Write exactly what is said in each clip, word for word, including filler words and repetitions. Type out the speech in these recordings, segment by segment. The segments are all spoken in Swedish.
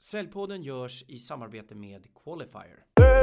Säljpodden görs i samarbete med Qualifier.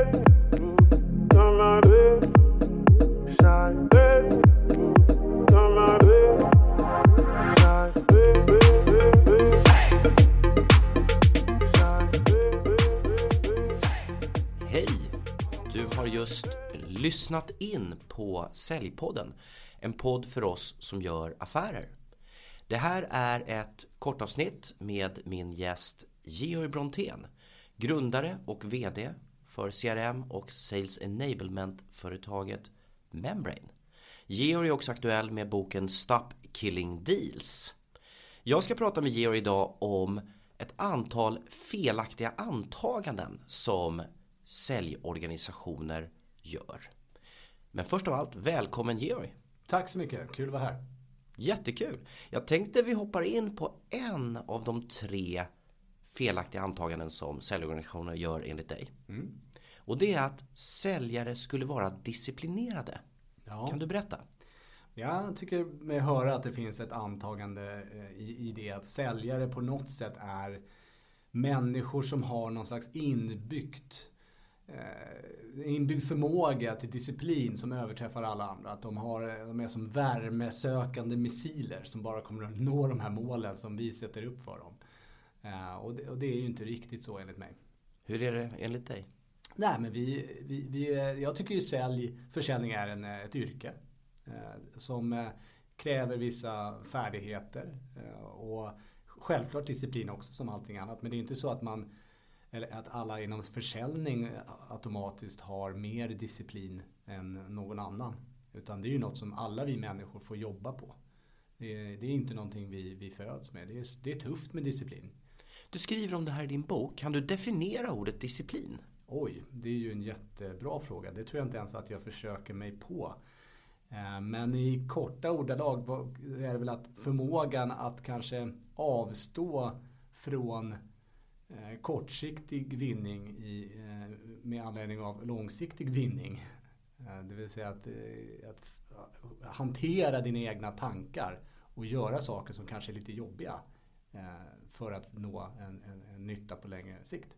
Hej! Du har just lyssnat in på Säljpodden. En podd för oss som gör affärer. Det här är ett kortavsnitt med min gäst Georg Brontén, grundare och vd för C R M och Sales Enablement-företaget Membrane. Georg är också aktuell med boken Stop Killing Deals. Jag ska prata med Georg idag om ett antal felaktiga antaganden som säljorganisationer gör. Men först av allt, välkommen Georg. Tack så mycket, kul att vara här. Jättekul. Jag tänkte vi hoppar in på en av de tre felaktiga antaganden som säljorganisationer gör enligt dig. Mm. Och det är att säljare skulle vara disciplinerade. Ja. Kan du berätta? Jag tycker mig höra att det finns ett antagande i, i det att säljare på något sätt är människor som har någon slags inbyggt eh, inbyggd förmåga till disciplin som överträffar alla andra. Att de, har, de är som värmesökande missiler som bara kommer att nå de här målen som vi sätter upp för dem. Uh, och, det, och det är ju inte riktigt så enligt mig. Hur är det enligt dig? Nej, men vi, vi, vi, jag tycker ju sälj, försäljning är en, ett yrke uh, som uh, kräver vissa färdigheter uh, och självklart disciplin också som allting annat. Men det är inte så att man eller att alla inom försäljning automatiskt har mer disciplin än någon annan. Utan det är ju något som alla vi människor får jobba på. Det är, det är inte någonting vi, vi föds med. Det är, det är tufft med disciplin. Du skriver om det här i din bok. Kan du definiera ordet disciplin? Oj, det är ju en jättebra fråga. Det tror jag inte ens att jag försöker mig på. Men i korta ordalag är det väl att förmågan att kanske avstå från kortsiktig vinning i, med anledning av långsiktig vinning. Det vill säga att, att hantera dina egna tankar och göra saker som kanske är lite jobbiga för att nå en, en, en nytta på längre sikt.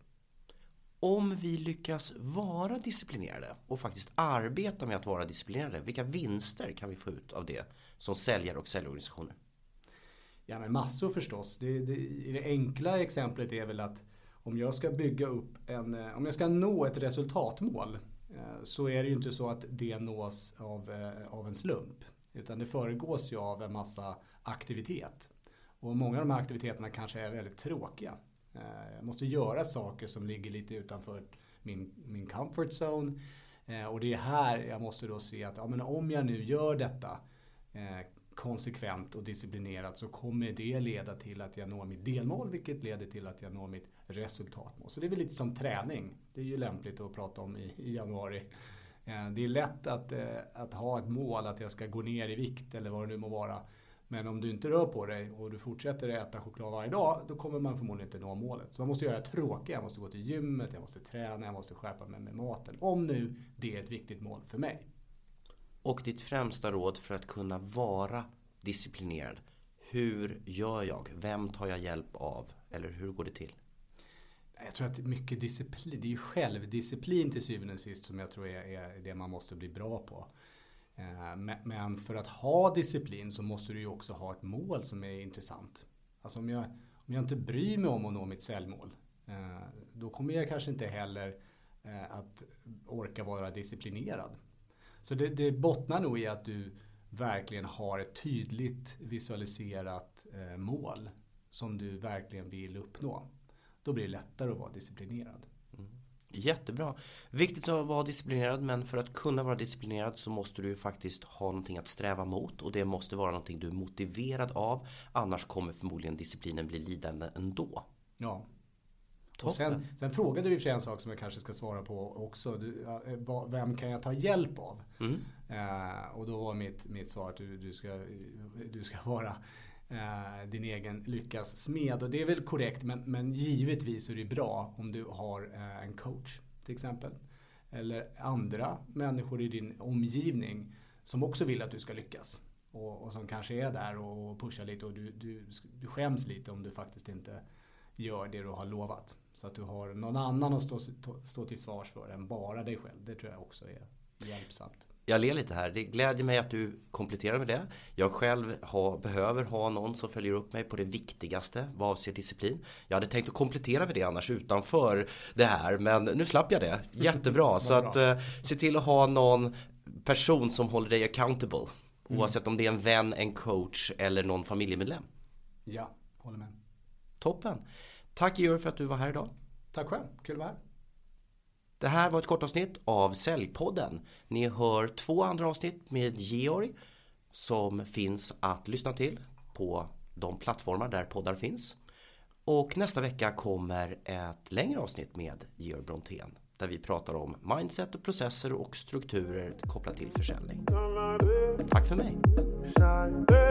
Om vi lyckas vara disciplinerade och faktiskt arbeta med att vara disciplinerade, vilka vinster kan vi få ut av det som säljare och säljorganisationer? Ja, men massor förstås. Det, det, det enkla exemplet är väl att om jag ska bygga upp en, om jag ska nå ett resultatmål så är det ju inte så att det nås av, av en slump. Utan det föregås ju av en massa aktivitet. Och många av de här aktiviteterna kanske är väldigt tråkiga. Jag måste göra saker som ligger lite utanför min, min comfort zone. Och det är här jag måste då se att ja, men om jag nu gör detta konsekvent och disciplinerat så kommer det leda till att jag når mitt delmål, vilket leder till att jag når mitt resultatmål. Så det är väl lite som träning. Det är ju lämpligt att prata om i, i januari. Det är lätt att, att ha ett mål att jag ska gå ner i vikt eller vad det nu må vara. Men om du inte rör på dig och du fortsätter äta choklad varje dag, då kommer man förmodligen inte nå målet. Så man måste göra tråkiga. Jag måste gå till gymmet, jag måste träna, jag måste skärpa mig med maten. Om nu det är ett viktigt mål för mig. Och ditt främsta råd för att kunna vara disciplinerad. Hur gör jag? Vem tar jag hjälp av? Eller hur går det till? Jag tror att mycket disciplin, det är ju självdisciplin till syvende och sist som jag tror är, är det man måste bli bra på. Men för att ha disciplin så måste du ju också ha ett mål som är intressant. Alltså om jag, om jag inte bryr mig om att nå mitt säljmål, då kommer jag kanske inte heller att orka vara disciplinerad. Så det, det bottnar nog i att du verkligen har ett tydligt visualiserat mål som du verkligen vill uppnå. Då blir det lättare att vara disciplinerad. Mm. Jättebra. Viktigt att vara disciplinerad, men för att kunna vara disciplinerad så måste du faktiskt ha någonting att sträva mot och det måste vara någonting du är motiverad av. Annars kommer förmodligen disciplinen bli lidande ändå. Ja. Och sen, sen frågade du för en sak som jag kanske ska svara på också. Du, vem kan jag ta hjälp av? Mm. Uh, och då var mitt, mitt svar att du, du, ska, du ska vara uh, din egen lyckas smed. Och det är väl korrekt, men, men givetvis är det bra om du har uh, en coach till exempel. Eller andra människor i din omgivning som också vill att du ska lyckas. Och, och som kanske är där och pushar lite och du, du, du skäms lite om du faktiskt inte gör det du har lovat. Så Så att du har någon annan att stå, stå till svars för än bara dig själv. Det tror jag också är hjälpsamt. Jag ler lite här. Det glädjer mig att du kompletterar med det. Jag själv ha, behöver ha någon som följer upp mig på det viktigaste vad avser disciplin. Jag hade tänkt att komplettera med det annars utanför det här. Men nu slapp jag det. Jättebra. Så att eh, se till att ha någon person som håller dig accountable. Mm. Oavsett om det är en vän, en coach eller någon familjemedlem. Ja, håller med. Toppen. Tack Georg för att du var här idag. Tack själv. Kul att vara här. Det här var ett kort avsnitt av Säljpodden. Ni hör två andra avsnitt med Georg som finns att lyssna till på de plattformar där poddar finns. Och nästa vecka kommer ett längre avsnitt med Georg Brontén där vi pratar om mindset och processer och strukturer kopplat till försäljning. Tack för mig.